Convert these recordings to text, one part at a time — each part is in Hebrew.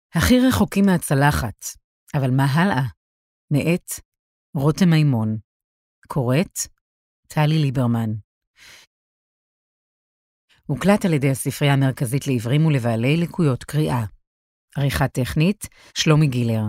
הכי רחוקים מהצלחת, אבל מה הלאה? מאת רותם מימון, קוראת טלי ליברמן. הוקלט על ידי הספרייה המרכזית לעברים ולבעלי לקויות קריאה. עריכה טכנית, שלומי גילר.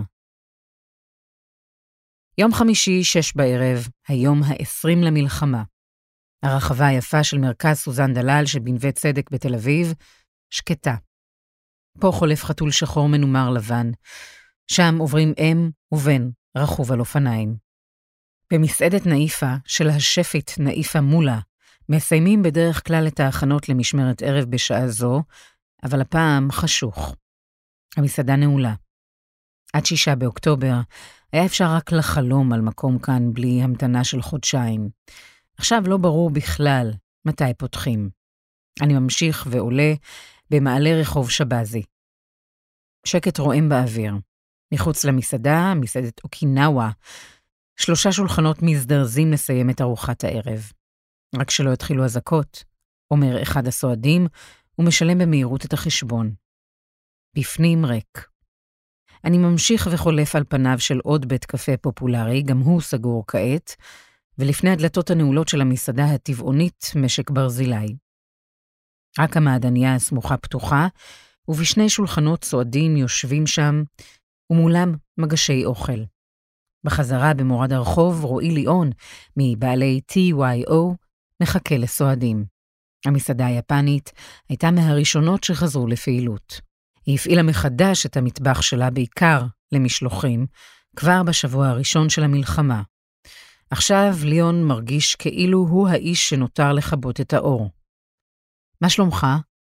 יום חמישי, 6 בערב, היום ה-20 למלחמה. הרחבה היפה של מרכז סוזן דלל שבנווה צדק בתל אביב, שקטה. פה חולף חתול שחור מנומר לבן. שם עוברים אם ובן רכוב על אופניים. במסעדת נאיפה של השפית נאיפה מולה, מסיימים בדרך כלל את ההכנות למשמרת ערב בשעה זו, אבל הפעם חשוך. המסעדה נעולה. עד 6 באוקטובר היה אפשר רק לחלום על מקום כאן בלי המתנה של חודשיים. עכשיו לא ברור בכלל מתי פותחים. אני ממשיך ועולה במעלה רחוב שבזי. שקט רועם באוויר. מחוץ למסעדה, מסעדת אוקינאווה, 3 שולחנות מזדרזים לסיים את ארוחת הערב. רק שלא התחילו אזעקות, אומר אחד הסועדים, ומשלם במהירות את החשבון. בפנים ריק. אני ממשיך וחולף על פניו של עוד בית קפה פופולרי, גם הוא סגור כעת, ולפני הדלתות הנעולות של המסעדה הטבעונית משק ברזילי. רק המעדניה הסמוכה פתוחה, ובשני שולחנות סועדים יושבים שם, ומולם מגשי אוכל. בחזרה במורד הרחוב רועי ליאון, מבעלי TYO, מחכה לסועדים. המסעדה היפנית הייתה מהראשונות שחזרו לפעילות. היא הפעילה מחדש את המטבח שלה בעיקר למשלוחים, כבר בשבוע הראשון של המלחמה. עכשיו ליאון מרגיש כאילו הוא האיש שנותר לכבות את האור. מה שלומך?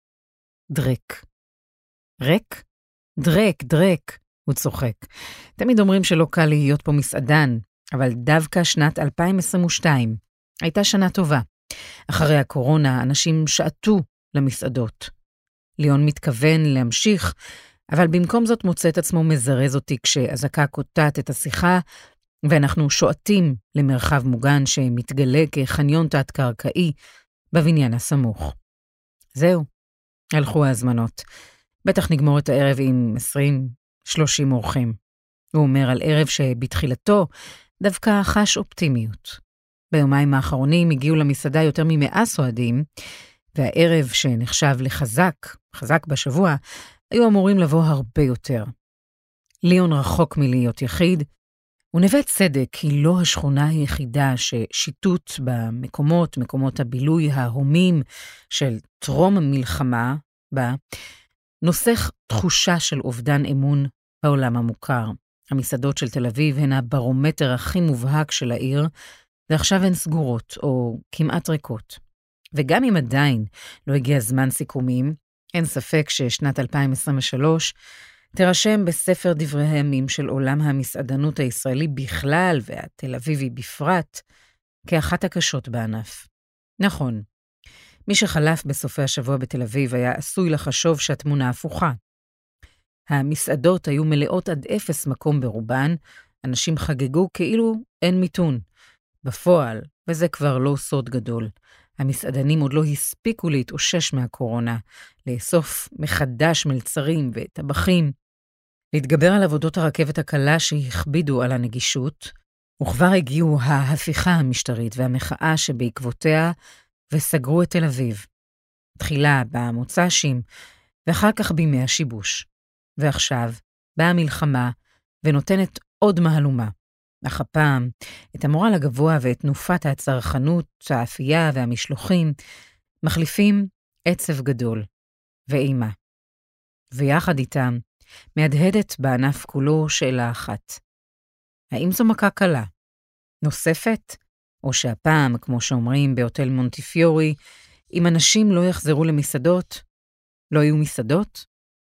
דרק. ריק? דרק, הוא צוחק. תמיד אומרים שלא קל להיות פה מסעדן, אבל דווקא שנת 2022 הייתה שנה טובה. אחרי הקורונה אנשים שעטו למסעדות. ליאון מתכוון להמשיך, אבל במקום זאת מוצא את עצמו מזרז אותי כשאזעקה קוטעת את השיחה, ואנחנו שועטים למרחב מוגן שמתגלה כחניון תת-קרקעי בבניין הסמוך. זהו, הלכו ההזמנות. בטח נגמור את הערב עם 20-30 אורחים. הוא אומר על ערב שבתחילתו דווקא חש אופטימיות. ביומיים האחרונים הגיעו למסעדה יותר מ100 סועדים, והערב שנחשב חזק בשבוע, היו אמורים לבוא הרבה יותר. ליאון רחוק מלהיות יחיד, ונווה צדק היא לא השכונה היחידה ששיטוט מקומות הבילוי ההומים של טרום המלחמה בה, נוסח תחושה של אובדן אמון בעולם המוכר. המסעדות של תל אביב הן הברומטר הכי מובהק של העיר, ועכשיו הן סגורות או כמעט ריקות. וגם אם עדיין לא הגיע זמן סיכומים, אין ספק ששנת 2023 תרשם בספר דברי הימים של עולם המסעדנות הישראלי בכלל והתל אביבי בפרט, כאחת הקשות בענף. נכון, מי שחלף בסופי השבוע בתל אביב היה עשוי לחשוב שהתמונה הפוכה. המסעדות היו מלאות עד 0 מקום ברובן, אנשים חגגו כאילו אין מיתון. בפועל, וזה כבר לא סוד גדול, המסעדנים עוד לא הספיקו להתאושש מהקורונה, לאסוף מחדש מלצרים וטבחים, להתגבר על עבודות הרכבת הקלה שהכבידו על הנגישות, וכבר הגיעו ההפיכה המשטרית והמחאה שבעקבותיה וסגרו את תל אביב. תחילה במוצ"שים, ואחר כך בימי השיבוש. ועכשיו באה המלחמה ונותנת עוד מהלומה. אך הפעם את המורל הגבוה ואת תנופת הצרכנות, האפייה והמשלוחים מחליפים עצב גדול ואימה. ויחד איתם מהדהדת בענף כולו שאלה אחת. האם זו מכה קלה? נוספת? או שהפעם, כמו שאומרים בהוטל מונטיפיורי, אם אנשים לא יחזרו למסעדות, לא יהיו מסעדות?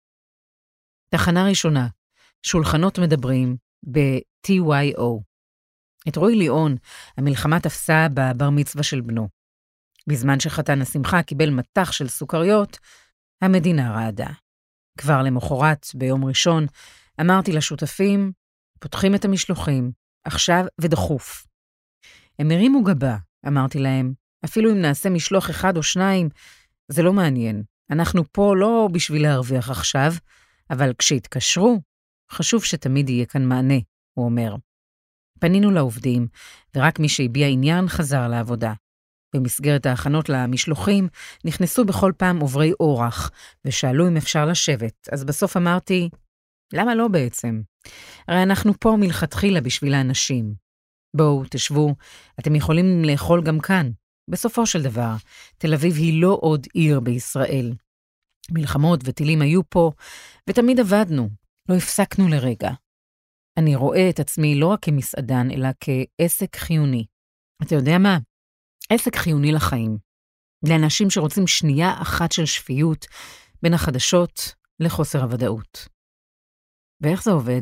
תחנה ראשונה, שולחנות מדברים ב-TYO. את רועי ליאון המלחמה תפסה בבר מצווה של בנו. בזמן שחתן השמחה קיבל מתח של סוכריות, המדינה רעדה. כבר למחרת, ביום ראשון, אמרתי לשותפים, פותחים את המשלוחים, עכשיו ודחוף. הם הרימו גבה, אמרתי להם, אפילו אם נעשה משלוח 1 או 2, זה לא מעניין. אנחנו פה לא בשביל להרוויח עכשיו, אבל כשהתקשרו, חשוב שתמיד יהיה כאן מענה, הוא אומר. פנינו לעובדים, ורק מי שהביע עניין חזר לעבודה. במסגרת ההכנות למשלוחים, נכנסו בכל פעם עוברי אורח, ושאלו אם אפשר לשבת. אז בסוף אמרתי, למה לא בעצם? הרי אנחנו פה מלכתחילה בשביל האנשים. בואו, תשבו, אתם יכולים לאכול גם כאן. בסופו של דבר, תל אביב היא לא עוד עיר בישראל. מלחמות וטילים היו פה, ותמיד עבדנו, לא הפסקנו לרגע. אני רואה את עצמי לא רק כמסעדן, אלא כעסק חיוני. אתה יודע מה? עסק חיוני לחיים. לאנשים שרוצים שנייה אחת של שפיות, בין החדשות לחוסר הוודאות. ואיך זה עובד?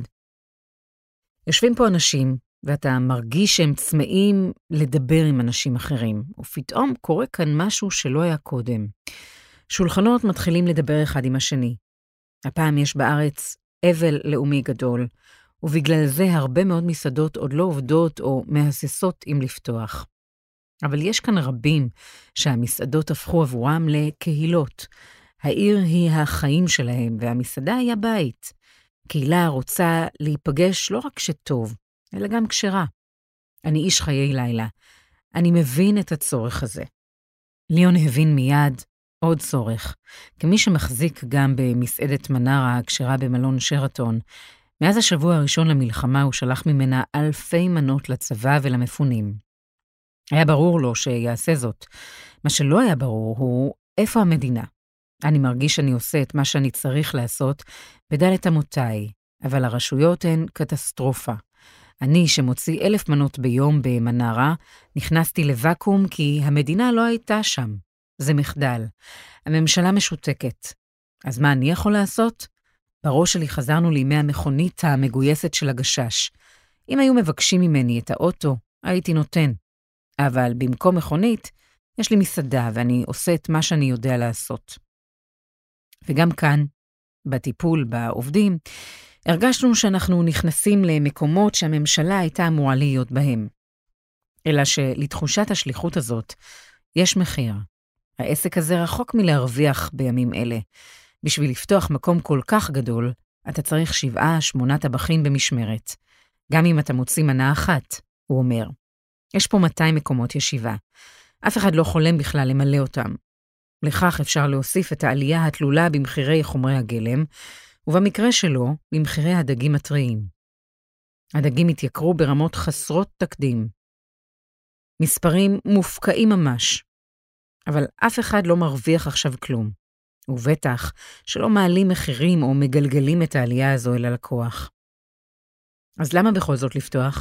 יושבים פה אנשים, ואתה מרגיש שהם צמאים לדבר עם אנשים אחרים, ופתאום קורה כאן משהו שלא היה קודם. שולחנות מתחילים לדבר אחד עם השני. הפעם יש בארץ אבל לאומי גדול, ובגלל זה הרבה מאוד מסעדות עוד לא עובדות או מהססות אם לפתוח. אבל יש כאן רבים שהמסעדות הפכו עבורם לקהילות. העיר היא החיים שלהם, והמסעדה היא הבית. קהילה רוצה להיפגש לא רק שטוב, אלא גם כשרה. אני איש חיי לילה. אני מבין את הצורך הזה. ליאון הבין מיד עוד צורך. כמי שמחזיק גם במסעדת מנרה הכשרה במלון שרתון, מאז השבוע הראשון למלחמה הוא שלח ממנה אלפי מנות לצבא ולמפונים. היה ברור לו שיעשה זאת. מה שלא היה ברור הוא איפה המדינה. אני מרגיש שאני עושה את מה שאני צריך לעשות בדלת אמותיי, אבל הרשויות הן קטסטרופה. אני שמוציא 1,000 מנות ביום במנרה, נכנסתי לוואקום כי המדינה לא הייתה שם. זה מחדל. הממשלה משותקת. אז מה אני יכול לעשות? בראש שלי חזרנו לימי המכונית המגויסת של הגשש. אם היו מבקשים ממני את האוטו, הייתי נותן. אבל במקום מכונית, יש לי מסעדה ואני עושה את מה שאני יודע לעשות. וגם כאן, בטיפול בעובדים, הרגשנו שאנחנו נכנסים למקומות שהממשלה הייתה אמורה להיות בהם. אלא שלתחושת השליחות הזאת יש מחיר. העסק הזה רחוק מלהרוויח בימים אלה. בשביל לפתוח מקום כל כך גדול, אתה צריך 7-8 טבחים במשמרת. גם אם אתה מוציא מנה אחת, הוא אומר. יש פה 200 מקומות ישיבה. אף אחד לא חולם בכלל למלא אותם. לכך אפשר להוסיף את העלייה התלולה במחירי חומרי הגלם, ובמקרה שלו, במחירי הדגים הטריים. הדגים התייקרו ברמות חסרות תקדים. מספרים מופקעים ממש. אבל אף אחד לא מרוויח עכשיו כלום. ובטח שלא מעלים מחירים או מגלגלים את העלייה הזו אל הלקוח. אז למה בכל זאת לפתוח?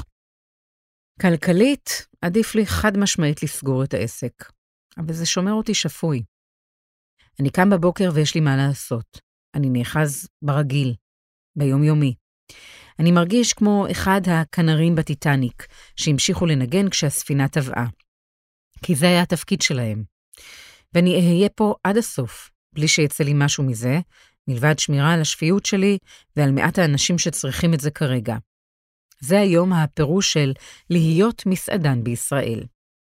כלכלית, עדיף לי חד משמעית לסגור את העסק. אבל זה שומר אותי שפוי. אני קם בבוקר ויש לי מה לעשות. אני נאחז ברגיל, ביומיומי. אני מרגיש כמו אחד הכנרים בטיטניק, שהמשיכו לנגן כשהספינה טבעה. כי זה היה התפקיד שלהם. ואני אהיה פה עד הסוף, בלי שיצא לי משהו מזה, מלבד שמירה על השפיות שלי ועל מעט האנשים שצריכים את זה כרגע. זה היום הפירוש של להיות מסעדן בישראל.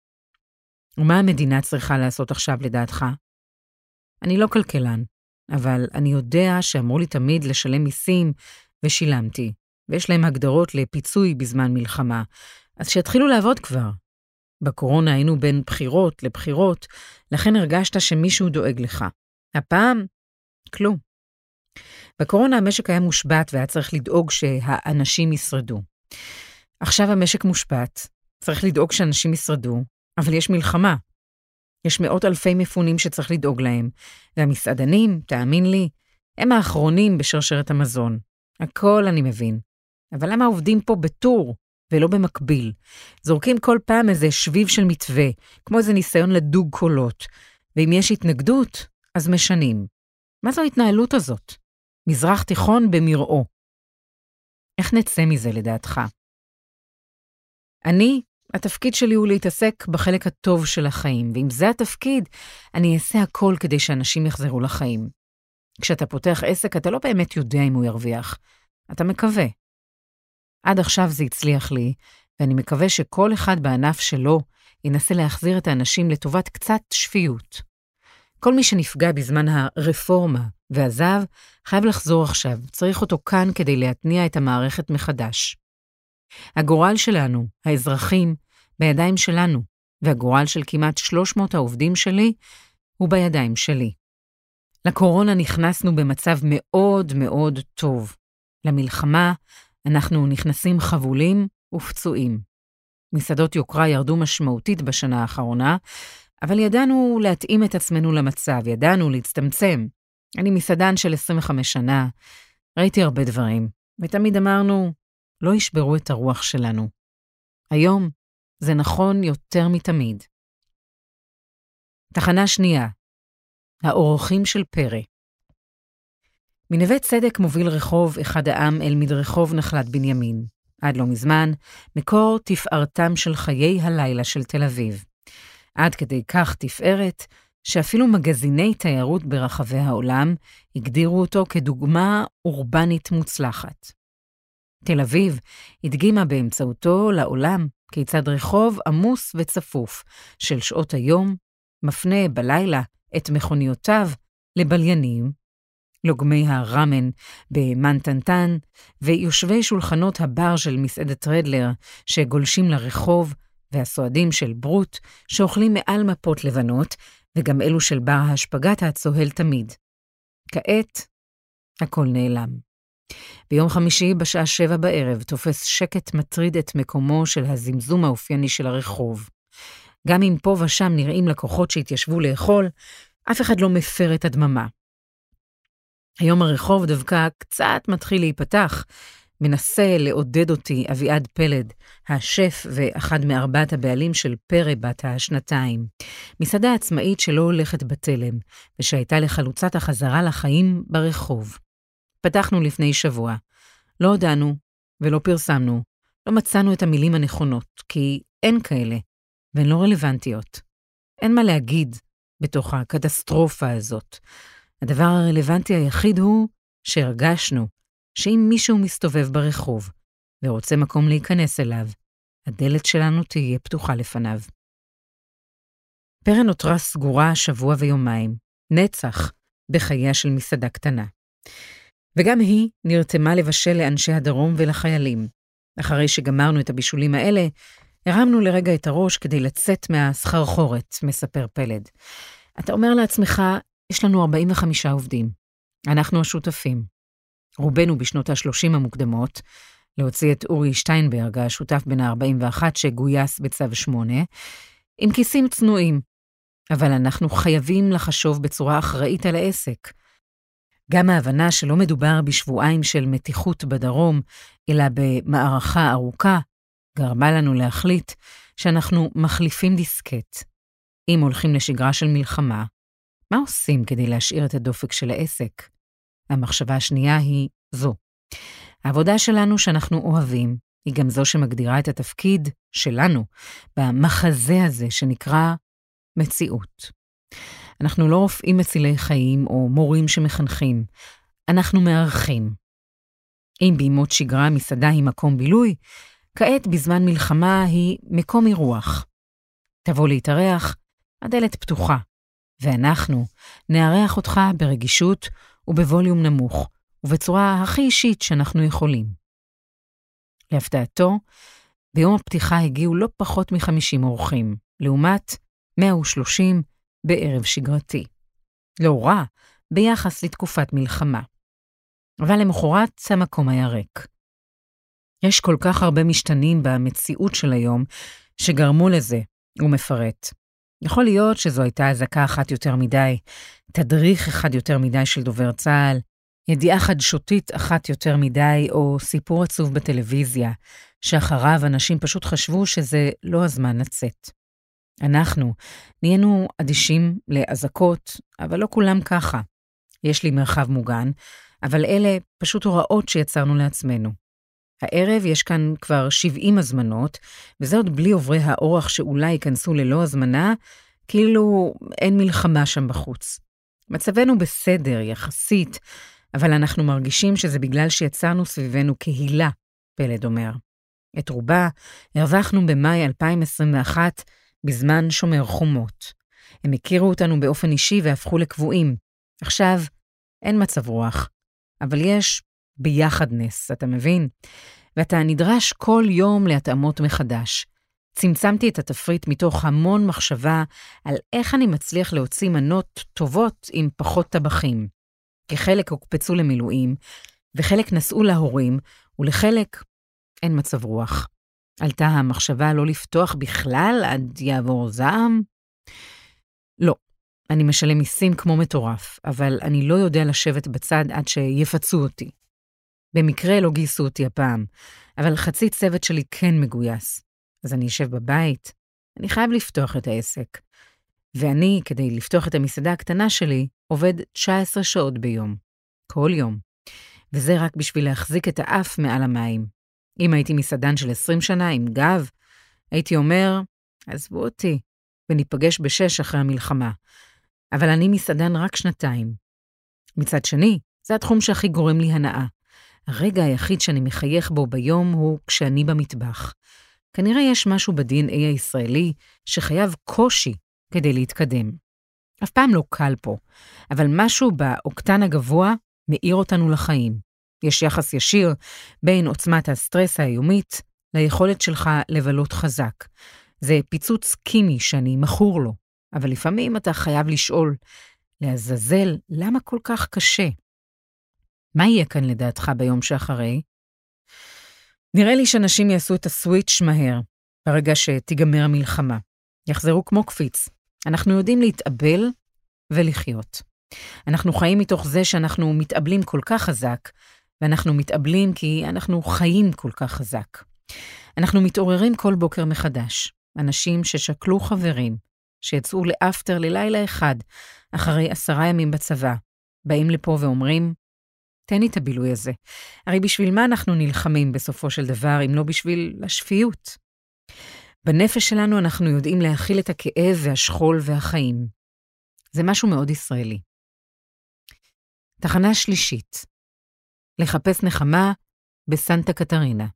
ומה המדינה צריכה לעשות עכשיו לדעתך? אני לא כלכלן, אבל אני יודע שאמרו לי תמיד לשלם מיסים ושילמתי, ויש להם הגדרות לפיצוי בזמן מלחמה, אז שיתחילו לעבוד כבר. בקורונה היינו בין בחירות לבחירות, לכן הרגשת שמישהו דואג לך. הפעם, כלום. בקורונה המשק היה מושבת והיה צריך לדאוג שהאנשים ישרדו. עכשיו המשק מושבת, צריך לדאוג שאנשים ישרדו, אבל יש מלחמה. יש 100,000 מפונים שצריך לדאוג להם, והמסעדנים, תאמין לי, הם האחרונים בשרשרת המזון. הכל אני מבין. אבל למה עובדים פה בטור ולא במקביל? זורקים כל פעם איזה שביב של מתווה, כמו איזה ניסיון לדוג קולות, ואם יש התנגדות, אז משנים. מה זו ההתנהלות הזאת? מזרח תיכון במראו. איך נצא מזה לדעתך? התפקיד שלי הוא להתעסק בחלק הטוב של החיים, ואם זה התפקיד, אני אעשה הכל כדי שאנשים יחזרו לחיים. כשאתה פותח עסק, אתה לא באמת יודע אם הוא ירוויח. אתה מקווה. עד עכשיו זה הצליח לי, ואני מקווה שכל אחד בענף שלו ינסה להחזיר את האנשים לטובת קצת שפיות. כל מי שנפגע בזמן הרפורמה ועזב, חייב לחזור עכשיו. צריך אותו כאן כדי להתניע את המערכת מחדש. הגורל שלנו, האזרחים, בידיים שלנו, והגורל של כמעט 300 העובדים שלי הוא בידיים שלי. לקורונה נכנסנו במצב מאוד מאוד טוב. למלחמה אנחנו נכנסים חבולים ופצועים. מסעדות יוקרה ירדו משמעותית בשנה האחרונה, אבל ידענו להתאים את עצמנו למצב, ידענו להצטמצם. אני מסעדן של 25 שנה, ראיתי הרבה דברים, ותמיד אמרנו, לא ישברו את הרוח שלנו. היום זה נכון יותר מתמיד. תחנה שנייה, האורחים של פרא. מנווה צדק מוביל רחוב אחד העם אל מדרחוב נחלת בנימין. עד לא מזמן, מקור תפארתם של חיי הלילה של תל אביב. עד כדי כך תפארת, שאפילו מגזיני תיירות ברחבי העולם הגדירו אותו כדוגמה אורבנית מוצלחת. תל אביב הדגימה באמצעותו לעולם כיצד רחוב עמוס וצפוף של שעות היום מפנה בלילה את מכוניותיו לבליינים, לוגמי הרמן במנטנטן ויושבי שולחנות הבר של מסעדת רדלר שגולשים לרחוב והסועדים של ברוט שאוכלים מעל מפות לבנות וגם אלו של בר השפגת הצוהל תמיד. כעת הכל נעלם. ביום חמישי בשעה 7 בערב תופס שקט מטריד את מקומו של הזמזום האופייני של הרחוב. גם אם פה ושם נראים לקוחות שהתיישבו לאכול, אף אחד לא מפר את הדממה. היום הרחוב דווקא קצת מתחיל להיפתח, מנסה לעודד אותי אביעד פלד, השף ואחד מארבעת הבעלים של פרא בת השנתיים. מסעדה עצמאית שלא הולכת בתלם, ושהייתה לחלוצת החזרה לחיים ברחוב. פתחנו לפני שבוע. לא הודענו ולא פרסמנו, לא מצאנו את המילים הנכונות, כי אין כאלה, והן לא רלוונטיות. אין מה להגיד בתוך הקטסטרופה הזאת. הדבר הרלוונטי היחיד הוא שהרגשנו שאם מישהו מסתובב ברחוב ורוצה מקום להיכנס אליו, הדלת שלנו תהיה פתוחה לפניו. פרא נותרה סגורה שבוע ויומיים, נצח בחייה של מסעדה קטנה. וגם היא נרתמה לבשל לאנשי הדרום ולחיילים. אחרי שגמרנו את הבישולים האלה, הרמנו לרגע את הראש כדי לצאת מהסחרחורת, מספר פלד. אתה אומר לעצמך, יש לנו 45 עובדים. אנחנו השותפים. רובנו בשנות ה-30 המוקדמות, להוציא את אורי שטיינברג, השותף בן ה-41 שגויס בצו 8, עם כיסים צנועים. אבל אנחנו חייבים לחשוב בצורה אחראית על העסק. גם ההבנה שלא מדובר בשבועיים של מתיחות בדרום, אלא במערכה ארוכה, גרמה לנו להחליט שאנחנו מחליפים דיסקט. אם הולכים לשגרה של מלחמה, מה עושים כדי להשאיר את הדופק של העסק? המחשבה השנייה היא זו. העבודה שלנו שאנחנו אוהבים, היא גם זו שמגדירה את התפקיד שלנו, במחזה הזה שנקרא מציאות. אנחנו לא רופאים מצילי חיים או מורים שמחנכים, אנחנו מארחים. אם בימות שגרה מסעדה היא מקום בילוי, כעת בזמן מלחמה היא מקום אירוח. תבוא להתארח, הדלת פתוחה, ואנחנו נארח אותך ברגישות ובווליום נמוך, ובצורה הכי אישית שאנחנו יכולים. להפתעתו, ביום הפתיחה הגיעו לא פחות מ-50 אורחים, לעומת 130 בערב שגרתי. לא רע ביחס לתקופת מלחמה. אבל למחרת המקום היה ריק. יש כל כך הרבה משתנים במציאות של היום שגרמו לזה, הוא מפרט. יכול להיות שזו הייתה הזקה אחת יותר מדי, תדריך אחד יותר מדי של דובר צה"ל, ידיעה חדשותית אחת יותר מדי, או סיפור עצוב בטלוויזיה, שאחריו אנשים פשוט חשבו שזה לא הזמן לצאת. אנחנו נהיינו אדישים להזקות, אבל לא כולם ככה. יש לי מרחב מוגן, אבל אלה פשוט הוראות שיצרנו לעצמנו. הערב יש כאן כבר 70 הזמנות, וזה עוד בלי עוברי האורח שאולי ייכנסו ללא הזמנה, כאילו אין מלחמה שם בחוץ. מצבנו בסדר, יחסית, אבל אנחנו מרגישים שזה בגלל שיצרנו סביבנו קהילה, פלד אומר. את רובה הרווחנו במאי 2021 בזמן שומר חומות. הם הכירו אותנו באופן אישי והפכו לקבועים. עכשיו, אין מצב רוח, אבל יש ביחדנס, אתה מבין? ואתה נדרש כל יום להתאמות מחדש. צמצמתי את התפריט מתוך המון מחשבה על איך אני מצליח להוציא מנות טובות עם פחות טבחים. כי חלק הוקפצו למילואים, וחלק נסעו להורים, ולחלק אין מצב רוח. עלתה המחשבה לא לפתוח בכלל עד יעבור זעם? לא, אני משלם מיסים כמו מטורף, אבל אני לא יודע לשבת בצד עד שיפצו אותי. במקרה לא גייסו אותי הפעם, אבל חצי צוות שלי כן מגויס. אז אני אשב בבית, אני חייב לפתוח את העסק. ואני, כדי לפתוח את המסעדה הקטנה שלי, עובד 19 שעות ביום. כל יום. וזה רק בשביל להחזיק את האף מעל המים. אם הייתי מסעדן של 20 שנה עם גב, הייתי אומר, עזבו אותי, וניפגש ב6 אחרי המלחמה. אבל אני מסעדן רק 2 מצד שני, זה התחום שהכי גורם לי הנאה. הרגע היחיד שאני מחייך בו ביום הוא כשאני במטבח. כנראה יש משהו ב-DNA הישראלי שחייב קושי כדי להתקדם. אף פעם לא קל פה, אבל משהו באוקטן הגבוה מאיר אותנו לחיים. יש יחס ישיר בין עוצמת הסטרס היומית ליכולת שלך לבלות חזק. זה פיצוץ קימי שאני מכור לו, אבל לפעמים אתה חייב לשאול, לעזאזל, למה כל כך קשה? מה יהיה כאן לדעתך ביום שאחרי? נראה לי שאנשים יעשו את הסוויץ' מהר, ברגע שתיגמר המלחמה. יחזרו כמו קפיץ. אנחנו יודעים להתאבל ולחיות. אנחנו חיים מתוך זה שאנחנו מתאבלים כל כך חזק, ואנחנו מתאבלים כי אנחנו חיים כל כך חזק. אנחנו מתעוררים כל בוקר מחדש. אנשים ששקלו חברים, שיצאו לאפטר ללילה אחד, אחרי 10 ימים בצבא, באים לפה ואומרים, תן לי את הבילוי הזה. הרי בשביל מה אנחנו נלחמים בסופו של דבר, אם לא בשביל השפיות? בנפש שלנו אנחנו יודעים להכיל את הכאב והשכול והחיים. זה משהו מאוד ישראלי. תחנה שלישית. לחפש נחמה בסנטה קטרינה.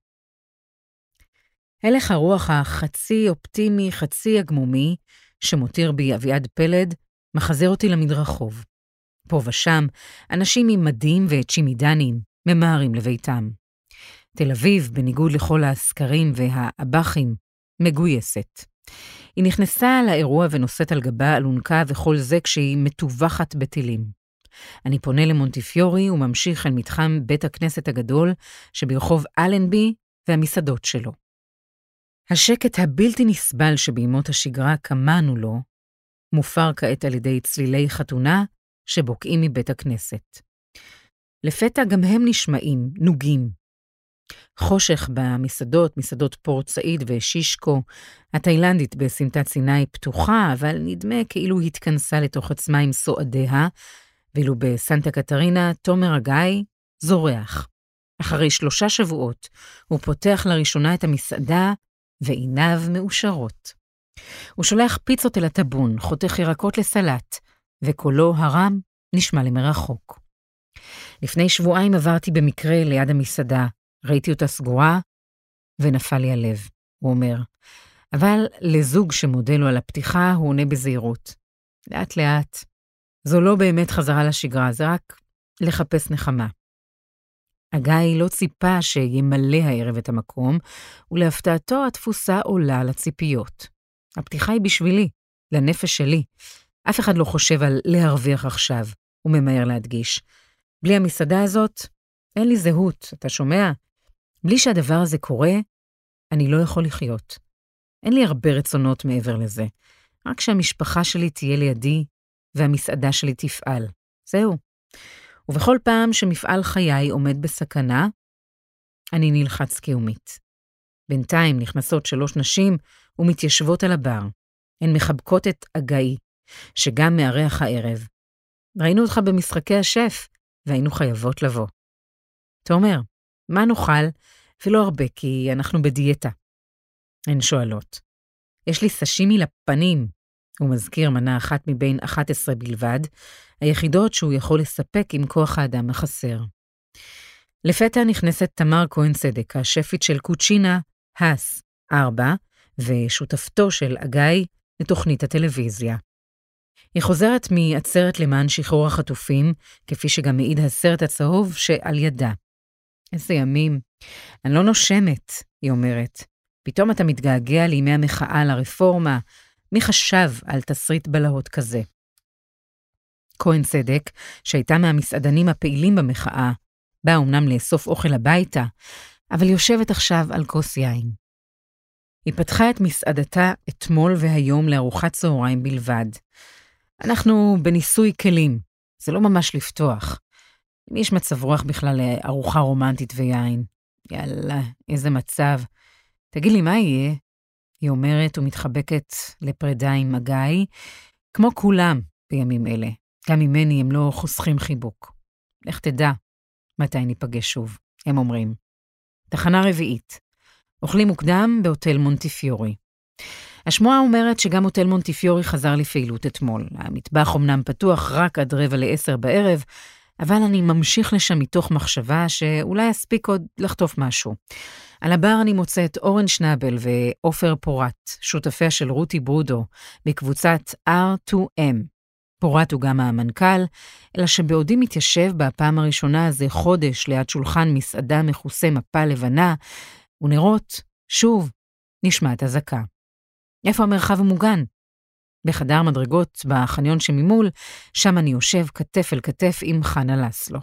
הלך הרוח החצי אופטימי, חצי הגמומי, שמותיר בי אביעד פלד, מחזר אותי למדרחוב. פה ושם, אנשים עם מדים וצ'ימידנים ממהרים לביתם. תל אביב, בניגוד לכל הסקרים והאב"חים, מגויסת. היא נכנסה לאירוע ונושאת על גבה אלונקה וכל זה כשהיא מטווחת בטילים. אני פונה למונטיפיורי וממשיך אל מתחם בית הכנסת הגדול שברחוב אלנבי והמסעדות שלו. השקט הבלתי נסבל שבימות השגרה קמנו לו, מופר כעת על ידי צלילי חתונה שבוקעים מבית הכנסת. לפתע גם הם נשמעים, נוגים. חושך במסעדות, מסעדות פורט סעיד ושישקו, התאילנדית בסמטת סיני פתוחה, אבל נדמה כאילו התכנסה לתוך עצמה עם סועדיה, ואילו בסנטה קטרינה, תומר הגיא זורח. אחרי 3 שבועות, הוא פותח לראשונה את המסעדה, ועיניו מאושרות. הוא שולח פיצות אל הטבון, חותך ירקות לסלט, וקולו הרם נשמע למרחוק. לפני שבועיים עברתי במקרה ליד המסעדה, ראיתי אותה סגורה, ונפל לי הלב, הוא אומר. אבל לזוג שמודה לו על הפתיחה, הוא עונה בזהירות. לאט לאט. זו לא באמת חזרה לשגרה, זה רק לחפש נחמה. הגיא לא ציפה שימלא הערב את המקום, ולהפתעתו התפוסה עולה על הציפיות. הפתיחה היא בשבילי, לנפש שלי. אף אחד לא חושב על להרוויח עכשיו, הוא ממהר להדגיש. בלי המסעדה הזאת, אין לי זהות, אתה שומע? בלי שהדבר הזה קורה, אני לא יכול לחיות. אין לי הרבה רצונות מעבר לזה. רק שהמשפחה שלי תהיה לידי, והמסעדה שלי תפעל. זהו. ובכל פעם שמפעל חיי עומד בסכנה, אני נלחץ קיומית. בינתיים נכנסות 3 נשים ומתיישבות על הבר. הן מחבקות את הגיא, שגם מארח הערב. ראינו אותך במשחקי השף, והיינו חייבות לבוא. תומר, מה נאכל? ולא הרבה, כי אנחנו בדיאטה. הן שואלות. יש לי סשימי לפנים. הוא מזכיר מנה אחת מבין 11 בלבד, היחידות שהוא יכול לספק עם כוח האדם החסר. לפתע נכנסת תמר כהן צדק, השפית של קוצ'ינה, האס 4, ושותפתו של הגיא לתוכנית הטלוויזיה. היא חוזרת מעצרת למען שחרור החטופים, כפי שגם מעיד הסרט הצהוב שעל ידה. איזה ימים. אני לא נושמת, היא אומרת. פתאום אתה מתגעגע לימי המחאה לרפורמה. מי חשב על תסריט בלהות כזה? כהן צדק, שהייתה מהמסעדנים הפעילים במחאה, באה אומנם לאסוף אוכל הביתה, אבל יושבת עכשיו על כוס יין. היא פתחה את מסעדתה אתמול והיום לארוחת צהריים בלבד. אנחנו בניסוי כלים, זה לא ממש לפתוח. אם יש מצב רוח בכלל לארוחה רומנטית ויין. יאללה, איזה מצב. תגיד לי, מה יהיה? היא אומרת ומתחבקת לפרידה עם מגעי, כמו כולם בימים אלה. גם ממני הם לא חוסכים חיבוק. לך תדע מתי ניפגש שוב, הם אומרים. תחנה רביעית. אוכלים מוקדם בהוטל מונטיפיורי. השמועה אומרת שגם הוטל מונטיפיורי חזר לפעילות אתמול. המטבח אומנם פתוח רק עד 9:45 בערב, אבל אני ממשיך לשם מתוך מחשבה שאולי אספיק עוד לחטוף משהו. על הבר אני מוצא את אורן שנבל ואופר פורט, שותפיה של רותי ברודו, בקבוצת R2M. פורט הוא גם המנכ"ל, אלא שבעודי מתיישב בפעם הראשונה זה חודש ליד שולחן מסעדה מכוסה מפה לבנה, ונרות, שוב, נשמעת הזקה. איפה המרחב המוגן? בחדר מדרגות בחניון שממול, שם אני יושב כתף אל כתף עם חנה לסלו.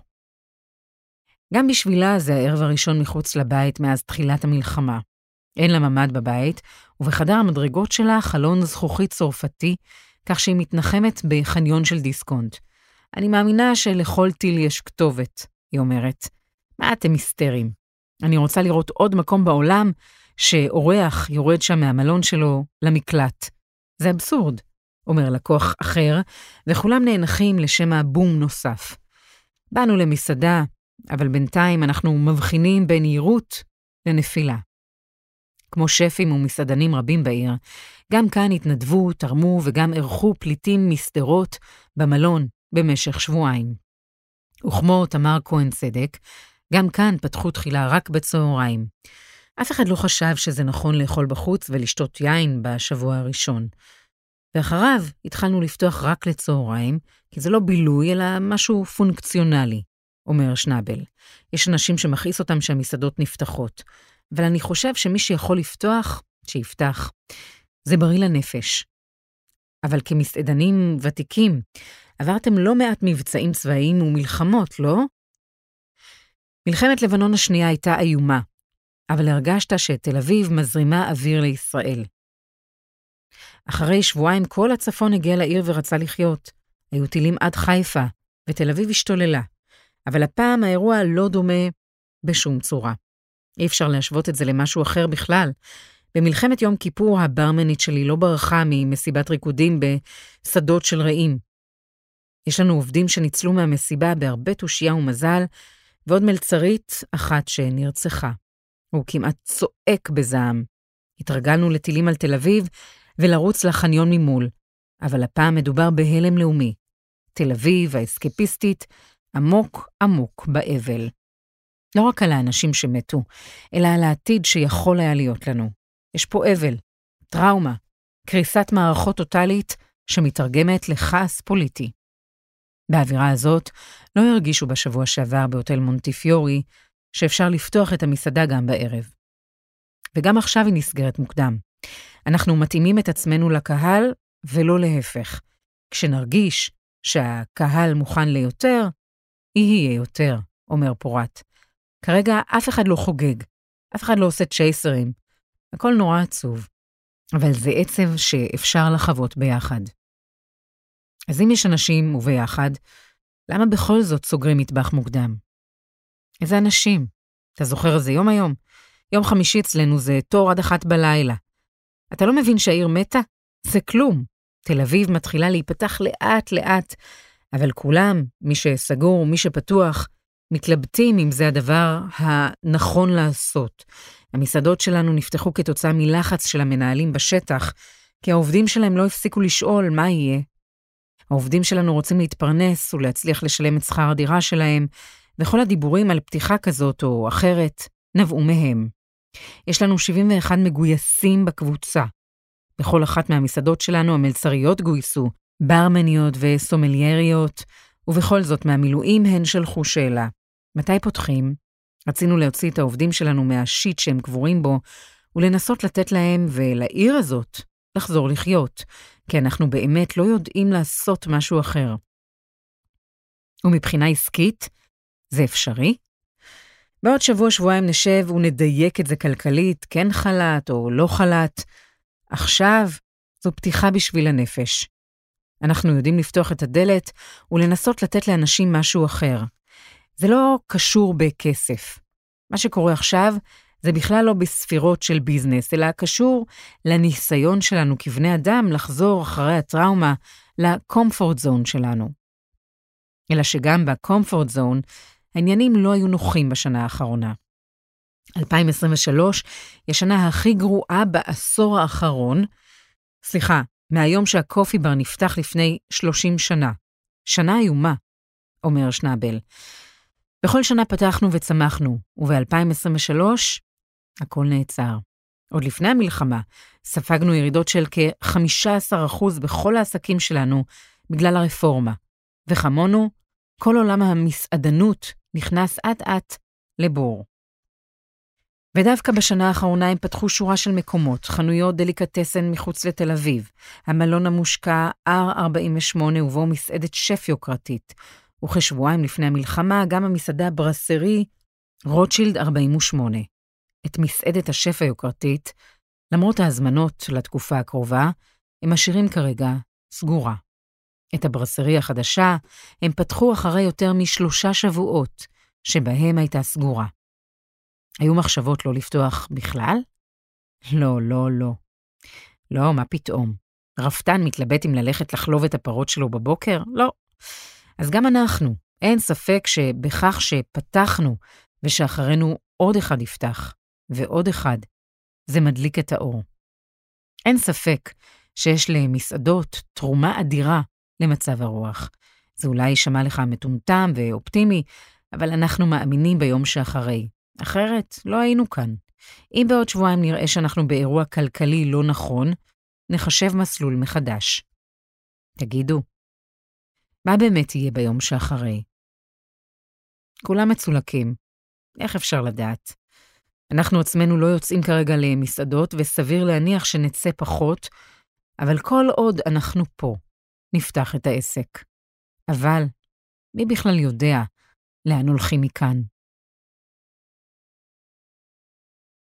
גם בשבילה זה הערב הראשון מחוץ לבית מאז תחילת המלחמה. אין לה ממד בבית, ובחדר המדרגות שלה חלון זכוכית צרפתי, כך שהיא מתנחמת בחניון של דיסקונט. אני מאמינה שלכל טיל יש כתובת, היא אומרת. מה אתם היסטריים? אני רוצה לראות עוד מקום בעולם שאורח יורד שם מהמלון שלו למקלט. זה אבסורד, אומר לקוח אחר, וכולם נאנחים לשם הבום נוסף. באנו למסעדה, אבל בינתיים אנחנו מבחינים בין יירות לנפילה. כמו שפים ומסעדנים רבים בעיר, גם כאן התנדבו, תרמו וגם ערכו פליטים מסדרות במלון במשך שבועיים. וכמו תמר כהן צדק, גם כאן פתחו תחילה רק בצהריים. אף אחד לא חשב שזה נכון לאכול בחוץ ולשתות יין בשבוע הראשון. ואחריו התחלנו לפתוח רק לצהריים, כי זה לא בילוי אלא משהו פונקציונלי, אומר שנבל. יש אנשים שמכעיס אותם שהמסעדות נפתחות, אבל אני חושב שמי שיכול לפתוח, שיפתח. זה בריא לנפש. אבל כמסעדנים ותיקים, עברתם לא מעט מבצעים צבאיים ומלחמות, לא? מלחמת לבנון השנייה הייתה איומה, אבל הרגשת שתל אביב מזרימה אוויר לישראל. אחרי שבועיים כל הצפון הגיע לעיר ורצה לחיות. היו טילים עד חיפה, ותל אביב השתוללה. אבל הפעם האירוע לא דומה בשום צורה. אי אפשר להשוות את זה למשהו אחר בכלל. במלחמת יום כיפור הברמנית שלי לא ברחה ממסיבת ריקודים בשדות של רעים. יש לנו עובדים שניצלו מהמסיבה בהרבה תושייה ומזל, ועוד מלצרית אחת שנרצחה. הוא כמעט צועק בזעם. התרגלנו לטילים על תל אביב ולרוץ לחניון ממול, אבל הפעם מדובר בהלם לאומי. תל אביב האסקפיסטית עמוק עמוק באבל. לא רק על האנשים שמתו, אלא על העתיד שיכול היה להיות לנו. יש פה אבל, טראומה, קריסת מערכות טוטלית שמתרגמת לכעס פוליטי. באווירה הזאת לא הרגישו בשבוע שעבר בהוטל מונטיפיורי שאפשר לפתוח את המסעדה גם בערב. וגם עכשיו היא נסגרת מוקדם. אנחנו מתאימים את עצמנו לקהל ולא להפך. כשנרגיש שהקהל מוכן ליותר, יהיה יותר, אומר פורט. כרגע אף אחד לא חוגג, אף אחד לא עושה צ'ייסרים. הכל נורא עצוב, אבל זה עצב שאפשר לחוות ביחד. אז אם יש אנשים וביחד, למה בכל זאת סוגרים מטבח מוקדם? איזה אנשים? אתה זוכר איזה יום היום? יום חמישי אצלנו זה תור עד 1 בלילה. אתה לא מבין שהעיר מתה? זה כלום. תל אביב מתחילה להיפתח לאט לאט, אבל כולם, מי שסגור ומי שפתוח, מתלבטים אם זה הדבר הנכון לעשות. המסעדות שלנו נפתחו כתוצאה מלחץ של המנהלים בשטח, כי העובדים שלהם לא הפסיקו לשאול מה יהיה. העובדים שלנו רוצים להתפרנס ולהצליח לשלם את שכר הדירה שלהם, וכל הדיבורים על פתיחה כזאת או אחרת נבעו מהם. יש לנו 71 מגויסים בקבוצה. בכל אחת מהמסעדות שלנו המלצריות גויסו, ברמניות וסומלייריות, ובכל זאת מהמילואים הן שלחו שאלה. מתי פותחים? רצינו להוציא את העובדים שלנו מהשיט שהם קבורים בו, ולנסות לתת להם ולעיר הזאת לחזור לחיות, כי אנחנו באמת לא יודעים לעשות משהו אחר. ומבחינה עסקית, זה אפשרי? בעוד שבוע-שבועיים נשב ונדייק את זה כלכלית, כן חלט או לא חלט. עכשיו זו פתיחה בשביל הנפש. אנחנו יודעים לפתוח את הדלת ולנסות לתת לאנשים משהו אחר. זה לא קשור בכסף. מה שקורה עכשיו זה בכלל לא בספירות של ביזנס, אלא קשור לניסיון שלנו כבני אדם לחזור אחרי הטראומה לקומפורט זון שלנו. אלא שגם בקומפורט זון העניינים לא היו נוחים בשנה האחרונה. 2023 היא השנה הכי גרועה בעשור האחרון, מהיום שהקופי בר נפתח לפני 30 שנה. שנה איומה, אומר שנאבל. בכל שנה פתחנו וצמחנו, וב-2023 הכל נעצר. עוד לפני המלחמה ספגנו ירידות של כ-15% בכל העסקים שלנו בגלל הרפורמה. וכמונו, כל עולם המסעדנות נכנס אט-אט לבור. ודווקא בשנה האחרונה הם פתחו שורה של מקומות, חנויות דליקטסן מחוץ לתל אביב, המלון המושקע R48 ובו מסעדת שף יוקרתית, וכשבועיים לפני המלחמה גם המסעדה ברסרי רוטשילד 48. את מסעדת השף היוקרתית, למרות ההזמנות לתקופה הקרובה, הם משאירים כרגע סגורה. את הברסרי החדשה הם פתחו אחרי יותר מ3 שבועות, שבהם הייתה סגורה. היו מחשבות לא לפתוח בכלל? לא. לא, מה פתאום? רפתן מתלבט אם ללכת לחלוב את הפרות שלו בבוקר? לא. אז גם אנחנו, אין ספק שבכך שפתחנו ושאחרינו עוד אחד יפתח, ועוד אחד, זה מדליק את האור. אין ספק שיש למסעדות תרומה אדירה למצב הרוח. זה אולי יישמע לך מטומטם ואופטימי, אבל אנחנו מאמינים ביום שאחרי. אחרת לא היינו כאן. אם בעוד שבועיים נראה שאנחנו באירוע כלכלי לא נכון, נחשב מסלול מחדש. תגידו, מה באמת יהיה ביום שאחרי? כולם מצולקים. איך אפשר לדעת? אנחנו עצמנו לא יוצאים כרגע למסעדות, וסביר להניח שנצא פחות, אבל כל עוד אנחנו פה, נפתח את העסק. אבל מי בכלל יודע לאן הולכים מכאן?